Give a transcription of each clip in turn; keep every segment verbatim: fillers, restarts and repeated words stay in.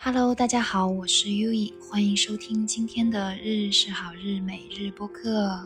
Hello， 大家好，我是 Yui， 欢迎收听今天的日日是好日每日播客。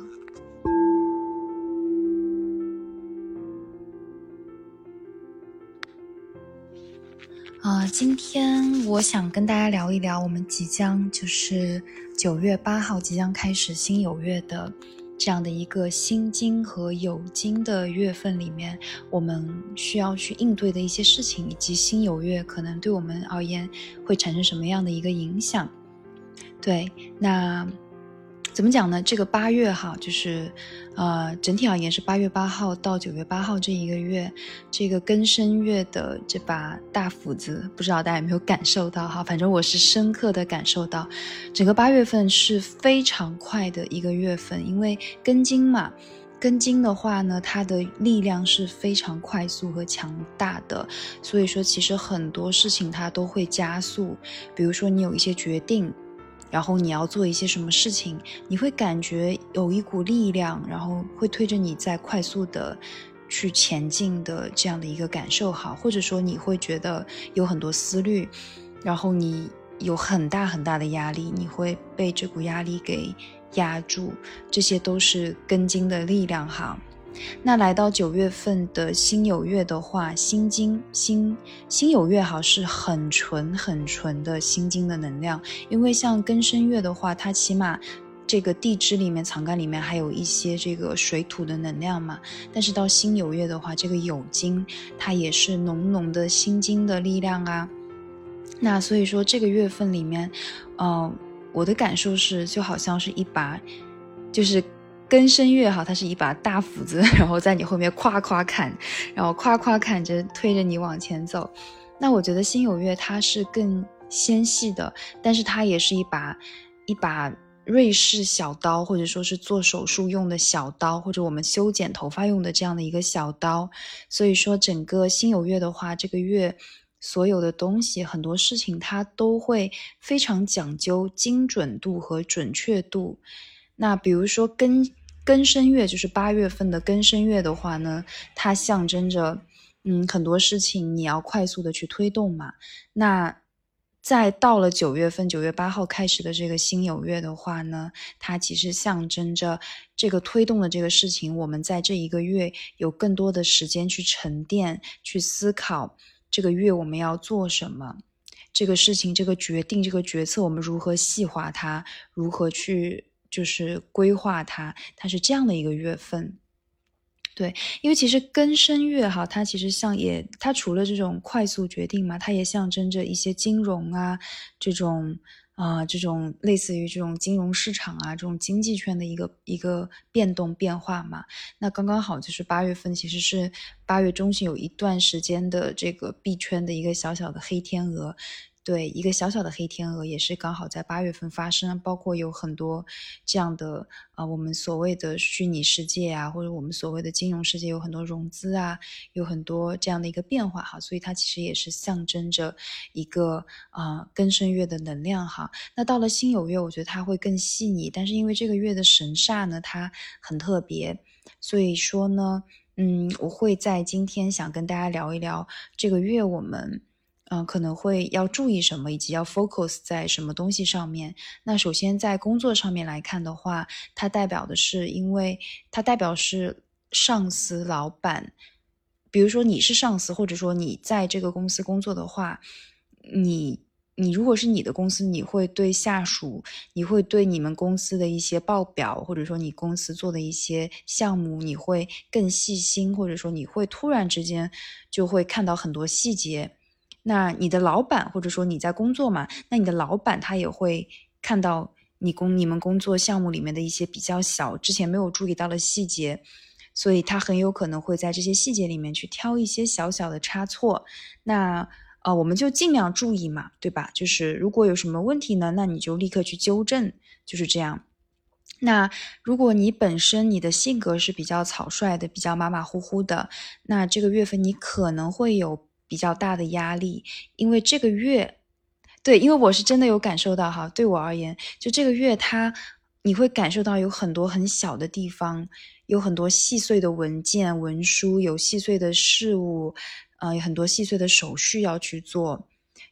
呃，今天我想跟大家聊一聊我们即将就是九月八号即将开始新有月的这样的一个辛金和酉金的月份里面，我们需要去应对的一些事情，以及新有月可能对我们而言会产生什么样的一个影响。对，那怎么讲呢？这个八月哈，就是呃，整体而言是八月八号到九月八号这一个月，这个庚申月的这把大斧子，不知道大家有没有感受到哈？反正我是深刻的感受到，整个八月份是非常快的一个月份，因为庚金嘛。庚金的话呢，它的力量是非常快速和强大的，所以说其实很多事情它都会加速。比如说你有一些决定，然后你要做一些什么事情，你会感觉有一股力量，然后会推着你在快速的去前进的这样的一个感受好，或者说你会觉得有很多思虑，然后你有很大很大的压力，你会被这股压力给压住，这些都是庚金的力量哈。那来到九月份的辛酉月的话，辛金辛辛酉月好是很纯很纯的辛金的能量，因为像庚申月的话，它起码这个地支里面藏干里面还有一些这个水土的能量嘛，但是到辛酉月的话，这个酉金它也是浓浓的辛金的力量啊。那所以说这个月份里面呃，我的感受是就好像是一把就是庚申月哈，它是一把大斧子，然后在你后面夸夸砍，然后夸夸砍着推着你往前走。那我觉得辛酉月它是更纤细的，但是它也是一把一把瑞士小刀，或者说是做手术用的小刀，或者我们修剪头发用的这样的一个小刀。所以说整个辛酉月的话，这个月所有的东西很多事情它都会非常讲究精准度和准确度。那比如说庚庚申月，就是八月份的庚申月的话呢，它象征着嗯很多事情你要快速的去推动嘛。那在到了九月份九月八号开始的这个辛酉月的话呢，它其实象征着这个推动的这个事情，我们在这一个月有更多的时间去沉淀，去思考这个月我们要做什么，这个事情这个决定这个决策我们如何细化它，如何去就是规划它，它是这样的一个月份。对，因为其实庚申月哈，它其实像也它除了这种快速决定嘛，它也象征着一些金融啊这种啊、呃、这种类似于这种金融市场啊这种经济圈的一个一个变动变化嘛。那刚刚好就是八月份其实是八月中旬有一段时间的这个币圈的一个小小的黑天鹅。对，一个小小的黑天鹅也是刚好在八月份发生，包括有很多这样的呃，我们所谓的虚拟世界啊，或者我们所谓的金融世界有很多融资啊，有很多这样的一个变化哈，所以它其实也是象征着一个呃庚申月的能量哈。那到了辛酉月，我觉得它会更细腻，但是因为这个月的神煞呢，它很特别，所以说呢，嗯，我会在今天想跟大家聊一聊这个月我们。嗯、呃，可能会要注意什么，以及要 focus 在什么东西上面。那首先在工作上面来看的话，它代表的是，因为它代表是上司、老板。比如说你是上司，或者说你在这个公司工作的话，你你如果是你的公司，你会对下属，你会对你们公司的一些报表，或者说你公司做的一些项目，你会更细心，或者说你会突然之间就会看到很多细节。那你的老板，或者说你在工作嘛，那你的老板他也会看到你工你们工作项目里面的一些比较小之前没有注意到的细节，所以他很有可能会在这些细节里面去挑一些小小的差错。那呃，我们就尽量注意嘛，对吧？就是如果有什么问题呢，那你就立刻去纠正，就是这样。那如果你本身你的性格是比较草率的，比较马马虎虎的，那这个月份你可能会有比较大的压力，因为这个月对，因为我是真的有感受到哈，对我而言，就这个月它你会感受到有很多很小的地方，有很多细碎的文件文书，有细碎的事物，呃，有很多细碎的手续要去做。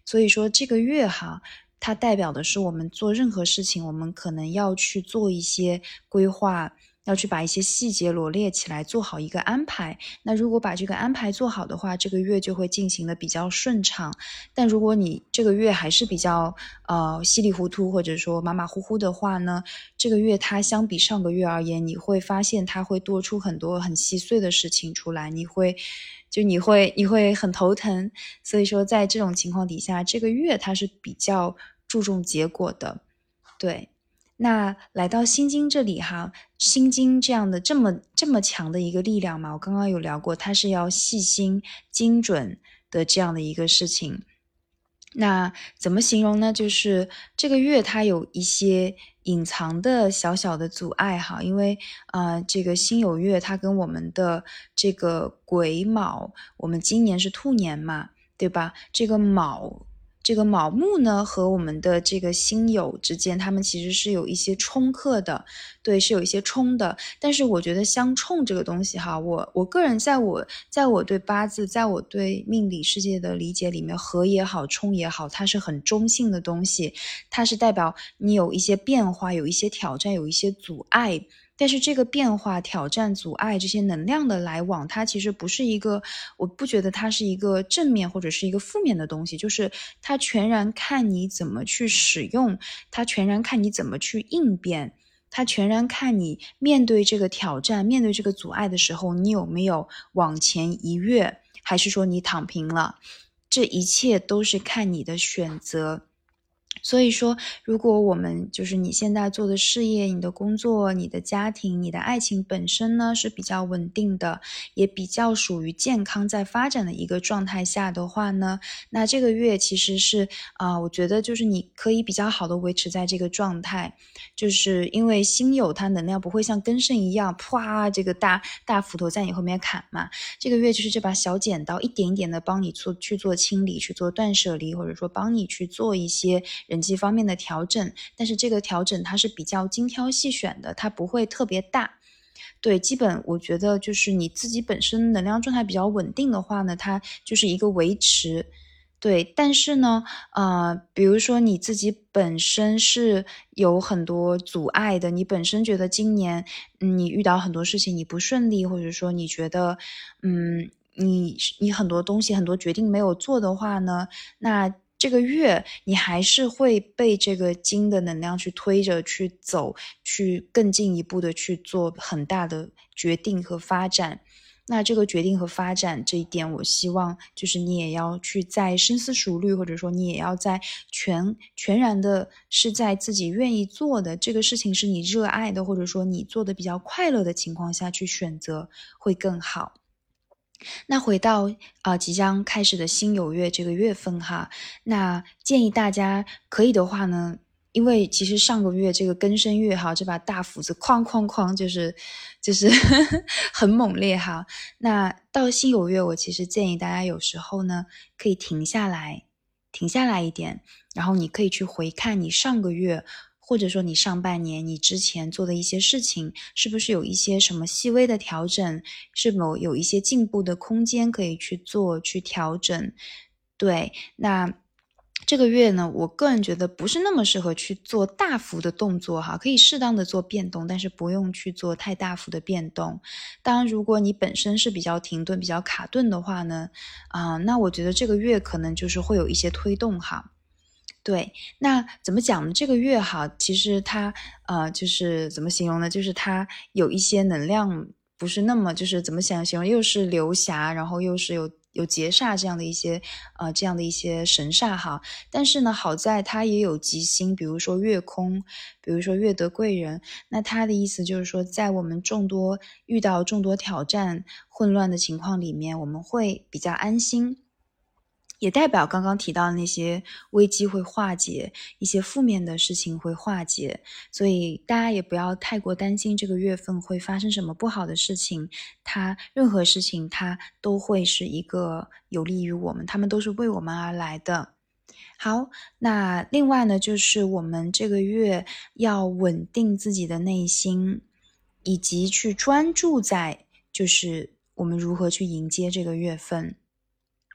所以说这个月哈，它代表的是我们做任何事情，我们可能要去做一些规划，要去把一些细节罗列起来，做好一个安排。那如果把这个安排做好的话，这个月就会进行的比较顺畅。但如果你这个月还是比较呃稀里糊涂，或者说马马虎虎的话呢，这个月它相比上个月而言，你会发现它会多出很多很细碎的事情出来，你会就你会你会很头疼。所以说在这种情况底下，这个月它是比较注重结果的。对，那来到心经这里哈，心经这样的这么这么强的一个力量嘛，我刚刚有聊过，它是要细心精准的这样的一个事情。那怎么形容呢？就是这个月它有一些隐藏的小小的阻碍哈，因为呃，这个辛酉月它跟我们的这个癸卯，我们今年是兔年嘛，对吧？这个卯这个卯木呢和我们的这个辛酉之间，他们其实是有一些冲克的，对，是有一些冲的。但是我觉得相冲这个东西哈，我我个人在我在我对八字，在我对命理世界的理解里面，合也好，冲也好，它是很中性的东西，它是代表你有一些变化，有一些挑战，有一些阻碍。但是这个变化、挑战、阻碍这些能量的来往，它其实不是一个，我不觉得它是一个正面或者是一个负面的东西，就是它全然看你怎么去使用，它全然看你怎么去应变，它全然看你面对这个挑战、面对这个阻碍的时候，你有没有往前一跃，还是说你躺平了，这一切都是看你的选择。所以说，如果我们就是你现在做的事业、你的工作、你的家庭、你的爱情本身呢是比较稳定的，也比较属于健康在发展的一个状态下的话呢，那这个月其实是啊、呃，我觉得就是你可以比较好的维持在这个状态，就是因为辛酉它能量不会像根生一样，啪，这个大大斧头在你后面砍嘛。这个月就是这把小剪刀，一点一点的帮你做去做清理，去做断舍离，或者说帮你去做一些人际方面的调整，但是这个调整它是比较精挑细选的，它不会特别大。对，基本我觉得就是你自己本身能量状态比较稳定的话呢，它就是一个维持。对，但是呢，呃，比如说你自己本身是有很多阻碍的，你本身觉得今年，嗯，你遇到很多事情你不顺利，或者说你觉得，嗯，你你很多东西很多决定没有做的话呢，那这个月你还是会被这个金的能量去推着去走，去更进一步的去做很大的决定和发展。那这个决定和发展这一点，我希望就是你也要去在深思熟虑，或者说你也要在全全然的是在自己愿意做的这个事情是你热爱的，或者说你做的比较快乐的情况下去选择会更好。那回到啊、呃、即将开始的辛酉月这个月份哈，那建议大家可以的话呢，因为其实上个月这个庚申月哈，这把大斧子哐哐哐就是就是很猛烈哈。那到辛酉月，我其实建议大家有时候呢可以停下来，停下来一点，然后你可以去回看你上个月。或者说你上半年你之前做的一些事情，是不是有一些什么细微的调整，是否有一些进步的空间可以去做去调整。对，那这个月呢，我个人觉得不是那么适合去做大幅的动作哈，可以适当的做变动，但是不用去做太大幅的变动。当然如果你本身是比较停顿比较卡顿的话呢，啊、呃，那我觉得这个月可能就是会有一些推动哈。对，那怎么讲呢？这个月哈，其实它呃，就是怎么形容呢？就是它有一些能量不是那么，就是怎么想形容，又是流霞，然后又是有有劫煞这样的一些呃这样的一些神煞哈。但是呢，好在它也有吉星，比如说月空，比如说月德贵人。那它的意思就是说，在我们众多遇到众多挑战、混乱的情况里面，我们会比较安心。也代表刚刚提到的那些危机会化解，一些负面的事情会化解，所以大家也不要太过担心这个月份会发生什么不好的事情，它任何事情它都会是一个有利于我们，它们都是为我们而来的。好，那另外呢，就是我们这个月要稳定自己的内心，以及去专注在就是我们如何去迎接这个月份。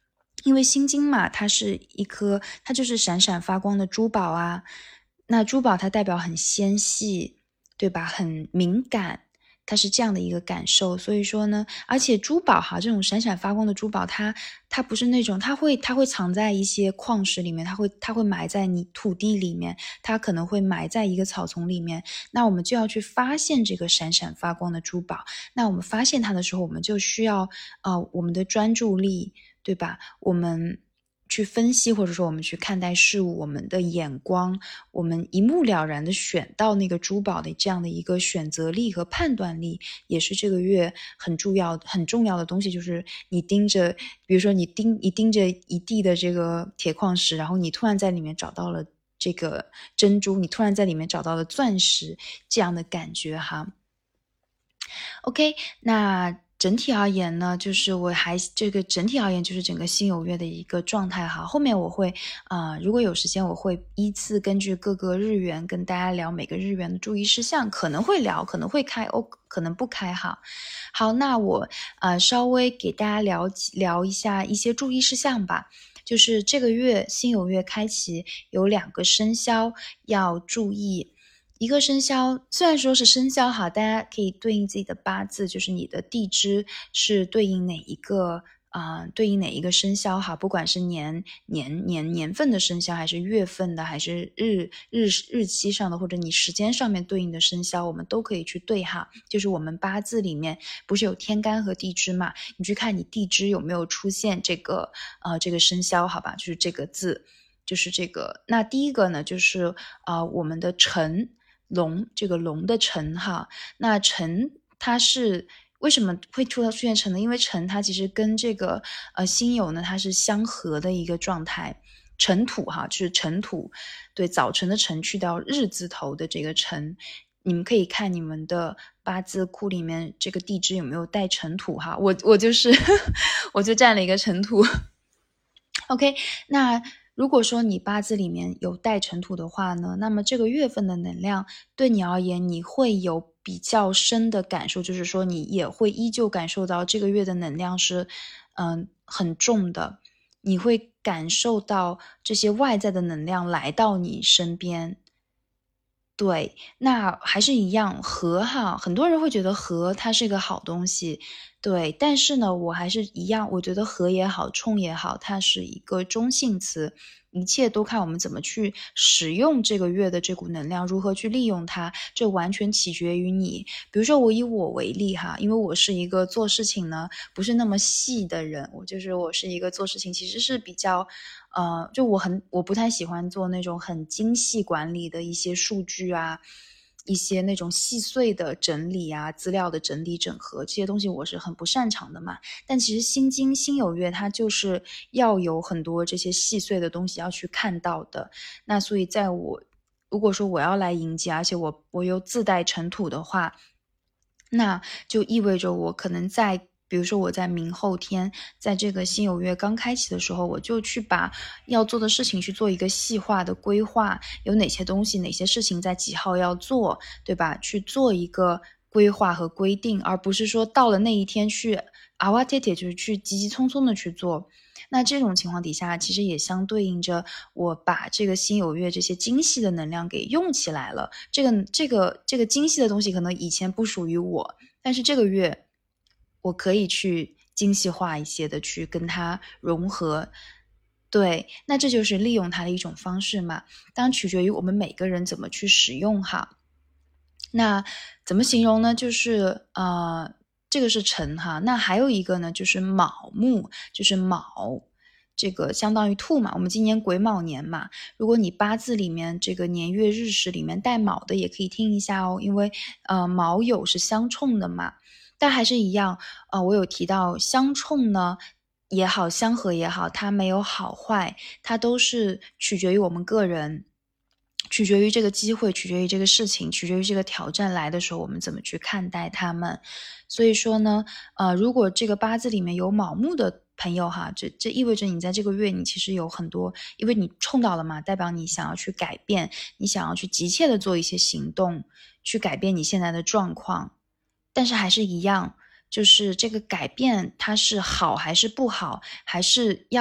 因为心经嘛，它是一颗，它就是闪闪发光的珠宝啊。那珠宝它代表很纤细，对吧？很敏感，它是这样的一个感受。所以说呢，而且珠宝哈，这种闪闪发光的珠宝，它它不是那种，它会它会藏在一些矿石里面，它会它会埋在你土地里面，它可能会埋在一个草丛里面。那我们就要去发现这个闪闪发光的珠宝。那我们发现它的时候，我们就需要呃我们的专注力，对吧？我们去分析，或者说我们去看待事物，我们的眼光，我们一目了然的选到那个珠宝的这样的一个选择力和判断力，也是这个月很重要很重要的东西。就是你盯着，比如说你盯你盯着一地的这个铁矿石，然后你突然在里面找到了这个珍珠，你突然在里面找到了钻石，这样的感觉哈。OK， 那整体而言呢，就是我还这个整体而言就是整个新有月的一个状态哈。后面我会啊、呃，如果有时间，我会依次根据各个日元跟大家聊每个日元的注意事项，可能会聊，可能会开，哦，可能不开哈。好，那我呃稍微给大家聊聊一下一些注意事项吧。就是这个月新有月开启有两个生肖要注意。一个生肖虽然说是生肖哈，大家可以对应自己的八字，就是你的地支是对应哪一个啊、呃，对应哪一个生肖哈，不管是年年年年份的生肖，还是月份的，还是日日日期上的，或者你时间上面对应的生肖，我们都可以去对哈。就是我们八字里面不是有天干和地支嘛，你去看你地支有没有出现这个呃这个生肖，好吧，就是这个字，就是这个。那第一个呢，就是呃我们的辰。龙，这个龙的辰哈，那辰它是为什么会出出现辰呢？因为辰它其实跟这个呃辛酉呢，它是相合的一个状态。辰土哈，就是辰土，对，早晨的晨去掉日字头的这个辰，你们可以看你们的八字库里面这个地支有没有带辰土哈。我我就是我就占了一个辰土。OK， 那如果说你八字里面有带辰土的话呢，那么这个月份的能量对你而言，你会有比较深的感受，就是说你也会依旧感受到这个月的能量是嗯、呃、很重的，你会感受到这些外在的能量来到你身边。对，那还是一样，和哈，很多人会觉得和它是一个好东西，对，但是呢，我还是一样，我觉得和也好，冲也好，它是一个中性词，一切都看我们怎么去使用这个月的这股能量，如何去利用它，这完全取决于你。比如说我以我为例哈，因为我是一个做事情呢不是那么细的人，我就是我是一个做事情其实是比较呃，就我很我不太喜欢做那种很精细管理的一些数据啊，一些那种细碎的整理啊，资料的整理整合，这些东西我是很不擅长的嘛。但其实心经辛酉月它就是要有很多这些细碎的东西要去看到的。那所以在我如果说我要来迎接，而且我我又自带尘土的话，那就意味着我可能在比如说我在明后天，在这个辛酉月刚开启的时候，我就去把要做的事情去做一个细化的规划，有哪些东西哪些事情在几号要做，对吧？去做一个规划和规定，而不是说到了那一天去阿哇贴贴，就是去急急匆匆的去做。那这种情况底下，其实也相对应着我把这个辛酉月这些精细的能量给用起来了。这个这个这个精细的东西可能以前不属于我，但是这个月我可以去精细化一些的去跟它融合。对，那这就是利用它的一种方式嘛。当然取决于我们每个人怎么去使用哈。那怎么形容呢？就是呃，这个是辰哈，那还有一个呢，就是卯木，就是卯，这个相当于兔嘛。我们今年癸卯年嘛，如果你八字里面这个年月日时里面带卯的，也可以听一下哦，因为呃卯酉是相冲的嘛。但还是一样，呃，我有提到相冲呢也好，相合也好，它没有好坏，它都是取决于我们个人。取决于这个机会，取决于这个事情，取决于这个挑战来的时候，我们怎么去看待他们。所以说呢，呃，如果这个八字里面有卯木的朋友哈，这这意味着你在这个月你其实有很多，因为你冲到了嘛，代表你想要去改变，你想要去急切的做一些行动，去改变你现在的状况。但是还是一样，就是这个改变它是好还是不好，还是要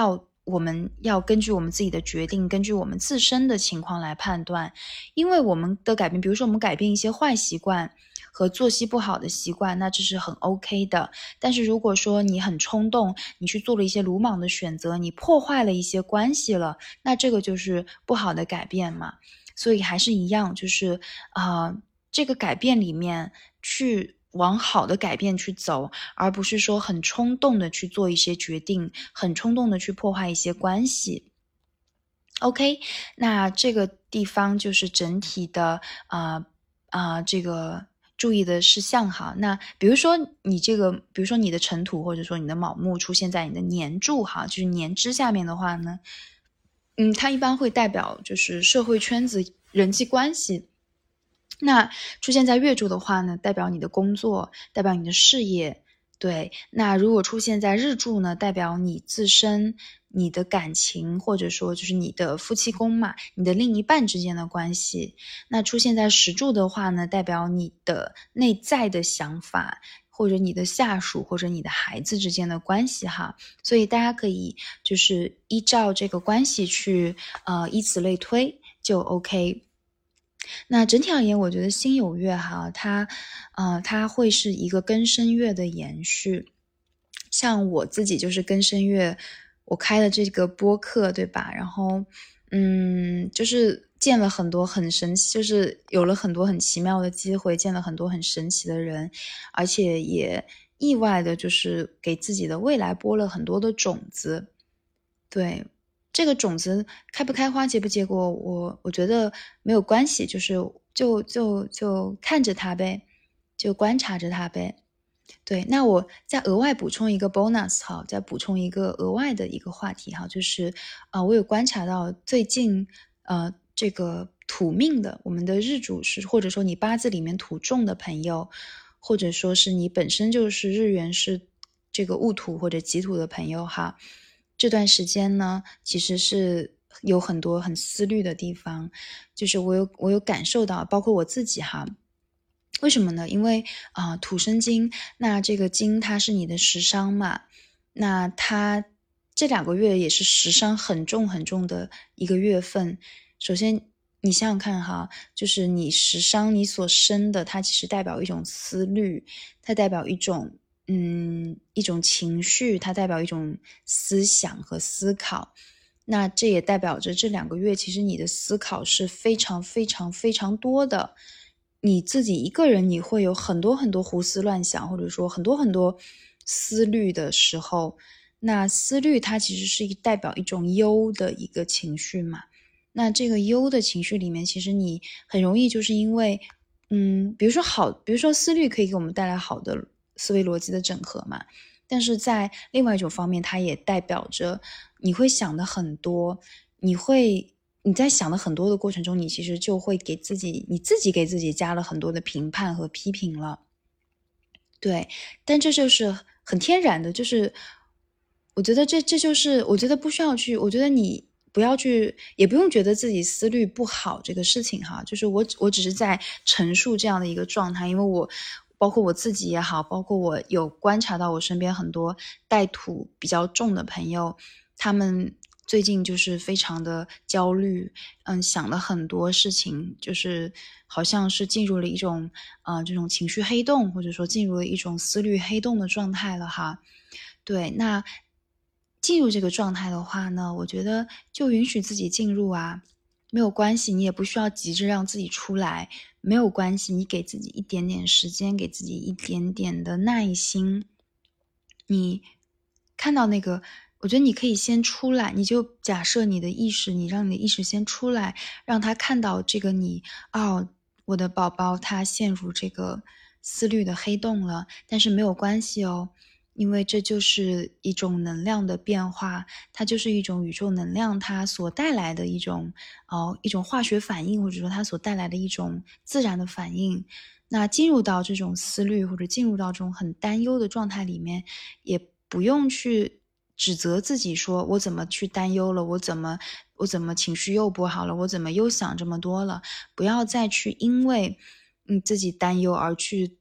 我们要根据我们自己的决定，根据我们自身的情况来判断。因为我们的改变，比如说我们改变一些坏习惯和作息不好的习惯，那这是很 OK 的。但是如果说你很冲动，你去做了一些鲁莽的选择，你破坏了一些关系了，那这个就是不好的改变嘛。所以还是一样，就是啊、呃，这个改变里面去往好的改变去走，而不是说很冲动的去做一些决定，很冲动的去破坏一些关系。OK， 那这个地方就是整体的啊啊、呃呃、这个注意的事项哈。那比如说你这个，比如说你的尘土或者说你的卯木出现在你的年柱哈，就是年支下面的话呢，嗯，它一般会代表就是社会圈子、人际关系。那出现在月柱的话呢，代表你的工作，代表你的事业。对，那如果出现在日柱呢，代表你自身、你的感情，或者说就是你的夫妻宫嘛，你的另一半之间的关系。那出现在时柱的话呢，代表你的内在的想法，或者你的下属或者你的孩子之间的关系哈。所以大家可以就是依照这个关系去呃以此类推就 OK。那整体而言，我觉得辛酉月哈，它，呃，它会是一个庚申月的延续。像我自己就是庚申月，我开了这个播客，对吧？然后，嗯，就是见了很多很神奇，就是有了很多很奇妙的机会，见了很多很神奇的人，而且也意外的，就是给自己的未来播了很多的种子，对。这个种子开不开花结不结果，我我觉得没有关系，就是就就就看着它呗，就观察着它呗。对，那我再额外补充一个 bonus 哈，再补充一个额外的一个话题哈，就是啊、呃，我有观察到最近呃这个土命的，我们的日主是或者说你八字里面土重的朋友，或者说是你本身就是日元是这个戊土或者己土的朋友哈。这段时间呢，其实是有很多很思虑的地方，就是我有我有感受到，包括我自己哈。为什么呢？因为啊、呃，土生金，那这个金它是你的食伤嘛，那它这两个月也是食伤很重很重的一个月份。首先，你想想看哈，就是你食伤你所生的，它其实代表一种思虑，它代表一种。嗯，一种情绪，它代表一种思想和思考。那这也代表着这两个月，其实你的思考是非常非常非常多的。你自己一个人，你会有很多很多胡思乱想，或者说很多很多思虑的时候。那思虑它其实是代表一种忧的一个情绪嘛。那这个忧的情绪里面，其实你很容易就是因为，嗯，比如说好，比如说思虑可以给我们带来好的思维逻辑的整合嘛，但是在另外一种方面，它也代表着你会想的很多，你会你在想的很多的过程中，你其实就会给自己你自己给自己加了很多的评判和批评了。对，但这就是很天然的，就是我觉得这这就是我觉得不需要去，我觉得你不要去，也不用觉得自己思虑不好这个事情哈，就是我我只是在陈述这样的一个状态，因为我包括我自己也好，包括我有观察到我身边很多带土比较重的朋友，他们最近就是非常的焦虑，嗯，想了很多事情，就是好像是进入了一种呃这种情绪黑洞，或者说进入了一种思虑黑洞的状态了哈。对，那进入这个状态的话呢，我觉得就允许自己进入啊，没有关系，你也不需要急着让自己出来，没有关系，你给自己一点点时间，给自己一点点的耐心。你看到那个，我觉得你可以先出来，你就假设你的意识，你让你的意识先出来，让他看到这个你，哦，我的宝宝他陷入这个思虑的黑洞了，但是没有关系哦。因为这就是一种能量的变化，它就是一种宇宙能量它所带来的一种呃一种化学反应，或者说它所带来的一种自然的反应。那进入到这种思虑或者进入到这种很担忧的状态里面，也不用去指责自己说我怎么去担忧了，我怎么我怎么情绪又不好了，我怎么又想这么多了，不要再去因为你自己担忧而去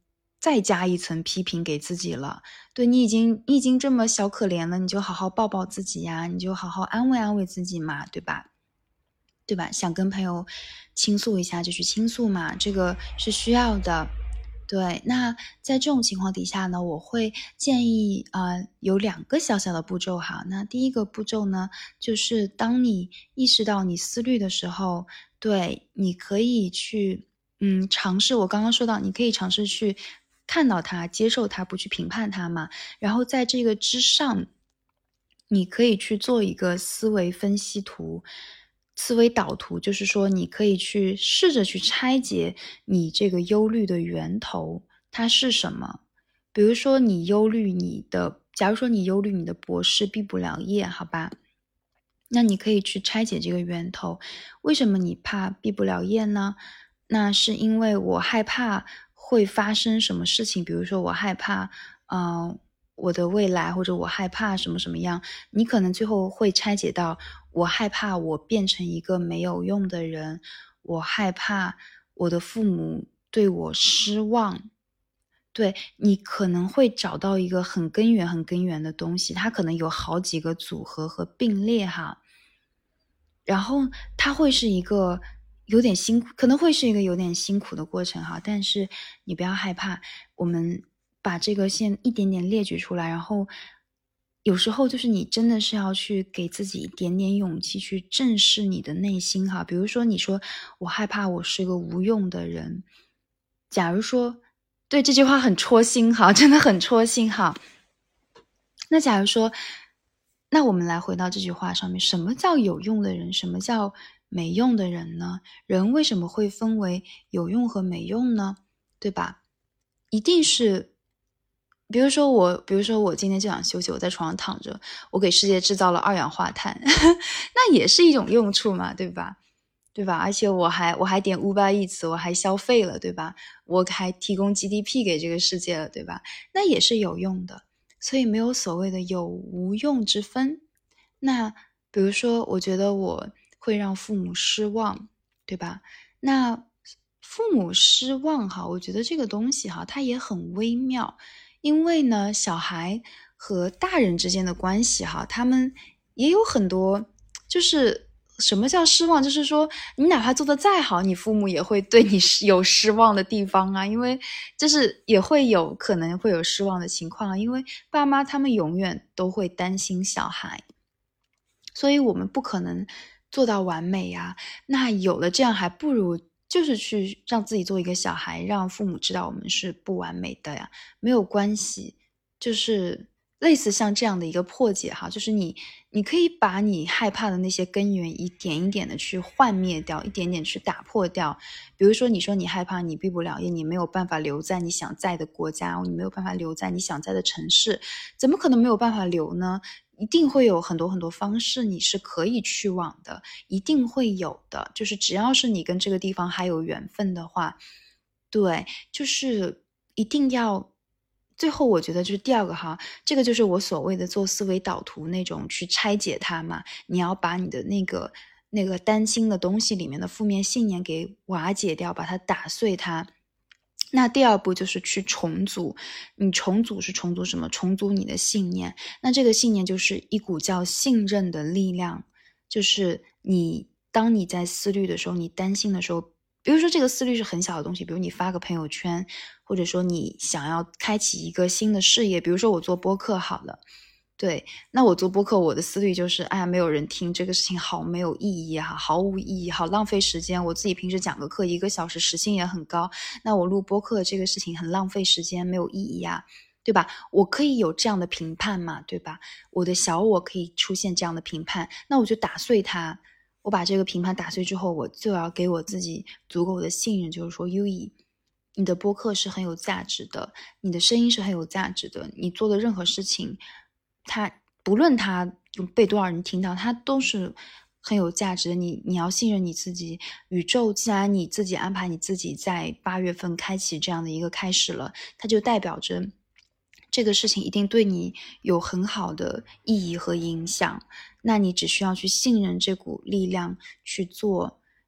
再加一层批评给自己了。对，你已经你已经这么小可怜了，你就好好抱抱自己呀，你就好好安慰安慰自己嘛，对吧？对吧？想跟朋友倾诉一下就去倾诉嘛，这个是需要的。对，那在这种情况底下呢，我会建议呃有两个小小的步骤哈。那第一个步骤呢，就是当你意识到你思虑的时候，对，你可以去嗯尝试，我刚刚说到，你可以尝试去看到它，接受它，不去评判它嘛。然后在这个之上，你可以去做一个思维分析图。思维导图，就是说你可以去试着去拆解你这个忧虑的源头，它是什么？比如说你忧虑你的，假如说你忧虑你的博士毕不了业，好吧？那你可以去拆解这个源头，为什么你怕毕不了业呢？那是因为我害怕会发生什么事情，比如说我害怕，呃，我的未来，或者我害怕什么什么样，你可能最后会拆解到，我害怕我变成一个没有用的人，我害怕我的父母对我失望。对，你可能会找到一个很根源很根源的东西，它可能有好几个组合和并列哈。然后它会是一个有点辛苦，可能会是一个有点辛苦的过程哈，但是你不要害怕，我们把这个线一点点列举出来，然后有时候就是你真的是要去给自己一点点勇气去正视你的内心哈。比如说你说我害怕我是个无用的人，假如说对，这句话很戳心哈，真的很戳心哈。那假如说，那我们来回到这句话上面，什么叫有用的人？什么叫没用的人呢？人为什么会分为有用和没用呢？对吧？一定是，比如说我，比如说我今天就想休息，我在床上躺着，我给世界制造了二氧化碳，那也是一种用处嘛，对吧？对吧？而且我还我还点 Uber Eats，我还消费了，对吧？我还提供 G D P 给这个世界了，对吧？那也是有用的。所以没有所谓的有无用之分。那比如说，我觉得我会让父母失望，对吧？那父母失望哈，我觉得这个东西哈，它也很微妙。因为呢，小孩和大人之间的关系哈，他们也有很多，就是什么叫失望？就是说，你哪怕做得再好，你父母也会对你有失望的地方啊，因为就是也会有可能会有失望的情况啊，因为爸妈他们永远都会担心小孩，所以我们不可能做到完美呀。那有了这样，还不如就是去让自己做一个小孩，让父母知道我们是不完美的呀，没有关系，就是类似像这样的一个破解哈，就是你你可以把你害怕的那些根源一点一点的去幻灭掉，一点点去打破掉。比如说你说你害怕你毕不了业，你没有办法留在你想在的国家，你没有办法留在你想在的城市，怎么可能没有办法留呢？一定会有很多很多方式你是可以去往的，一定会有的，就是只要是你跟这个地方还有缘分的话，对，就是一定要。最后我觉得就是第二个哈，这个就是我所谓的做思维导图那种去拆解它嘛，你要把你的那个那个担心的东西里面的负面信念给瓦解掉，把它打碎它。那第二步就是去重组，你重组是重组什么？重组你的信念。那这个信念就是一股叫信任的力量，就是你当你在思虑的时候，你担心的时候，比如说这个思虑是很小的东西，比如你发个朋友圈，或者说你想要开启一个新的事业，比如说我做播客好了。对，那我做播客，我的思虑就是，哎呀，没有人听，这个事情好没有意义哈，毫无意义，好浪费时间。我自己平时讲个课，一个小时时薪也很高，那我录播客这个事情很浪费时间，没有意义啊，对吧？我可以有这样的评判嘛，对吧？我的小我可以出现这样的评判，那我就打碎它。我把这个评判打碎之后，我就要给我自己足够的信任，就是说，优以，你的播客是很有价值的，你的声音是很有价值的，你做的任何事情。它不论它被多少人听到，它都是很有价值的。你你要信任你自己，宇宙既然你自己安排你自己在八月份开启这样的一个开始了，它就代表着这个事情一定对你有很好的意义和影响。那你只需要去信任这股力量去做，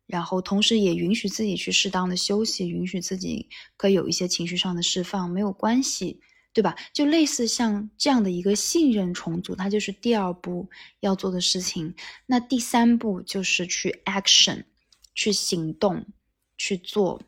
然后同时也允许自己去适当的休息，允许自己可以有一些情绪上的释放，没有关系，对吧？就类似像这样的一个信任重组，它就是第二步要做的事情。那第三步就是去 action， 去行动，去做。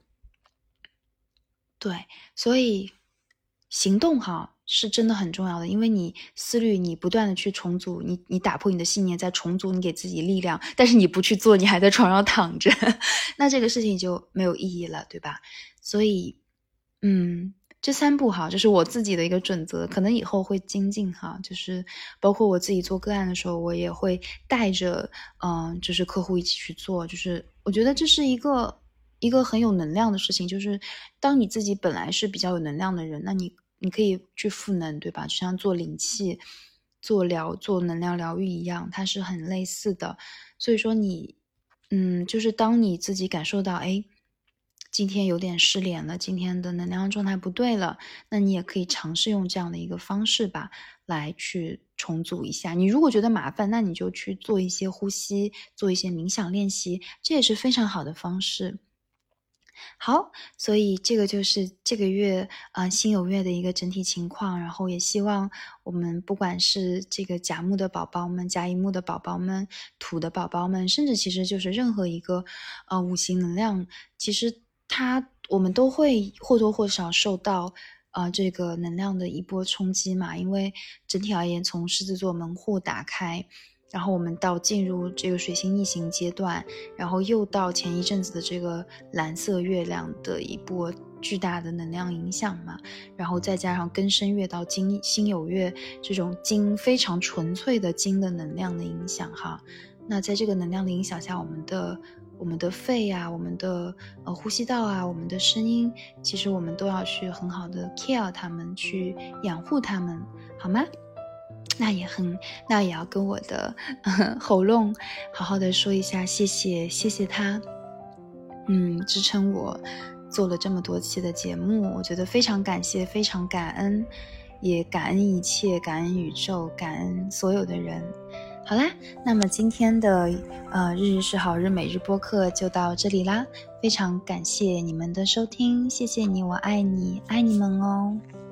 对，所以行动哈是真的很重要的，因为你思虑，你不断的去重组，你你打破你的信念，在重组，你给自己力量，但是你不去做，你还在床上躺着，那这个事情就没有意义了，对吧？所以，嗯，这三步哈，这是我自己的一个准则，可能以后会精进哈，就是包括我自己做个案的时候，我也会带着，嗯、呃，就是客户一起去做，就是我觉得这是一个。一个很有能量的事情，就是当你自己本来是比较有能量的人，那你你可以去赋能，对吧？就像做灵气、做疗、做能量疗愈一样，它是很类似的。所以说你，嗯，就是当你自己感受到，哎，今天有点失联了，今天的能量状态不对了，那你也可以尝试用这样的一个方式吧，来去重组一下。你如果觉得麻烦，那你就去做一些呼吸，做一些冥想练习，这也是非常好的方式。好，所以这个就是这个月呃新有月的一个整体情况，然后也希望我们不管是这个甲木的宝宝们、甲乙木的宝宝们、土的宝宝们，甚至其实就是任何一个呃五行能量，其实它我们都会或多或少受到呃这个能量的一波冲击嘛，因为整体而言，从狮子座门户打开。然后我们到进入这个水星逆行阶段，然后又到前一阵子的这个蓝色月亮的一波巨大的能量影响嘛，然后再加上庚申月到金辛酉月这种金非常纯粹的金的能量的影响哈，那在这个能量的影响下，我们的我们的肺啊，我们的呃呼吸道啊，我们的声音，其实我们都要去很好的 care 它们，去养护它们，好吗？那也很，那也要跟我的、呃、喉咙好好的说一下谢谢，谢谢他，嗯，支撑我做了这么多期的节目，我觉得非常感谢，非常感恩，也感恩一切，感恩宇宙，感恩所有的人。好啦，那么今天的呃日日是好日每日播客就到这里啦，非常感谢你们的收听，谢谢你，我爱你，爱你们哦。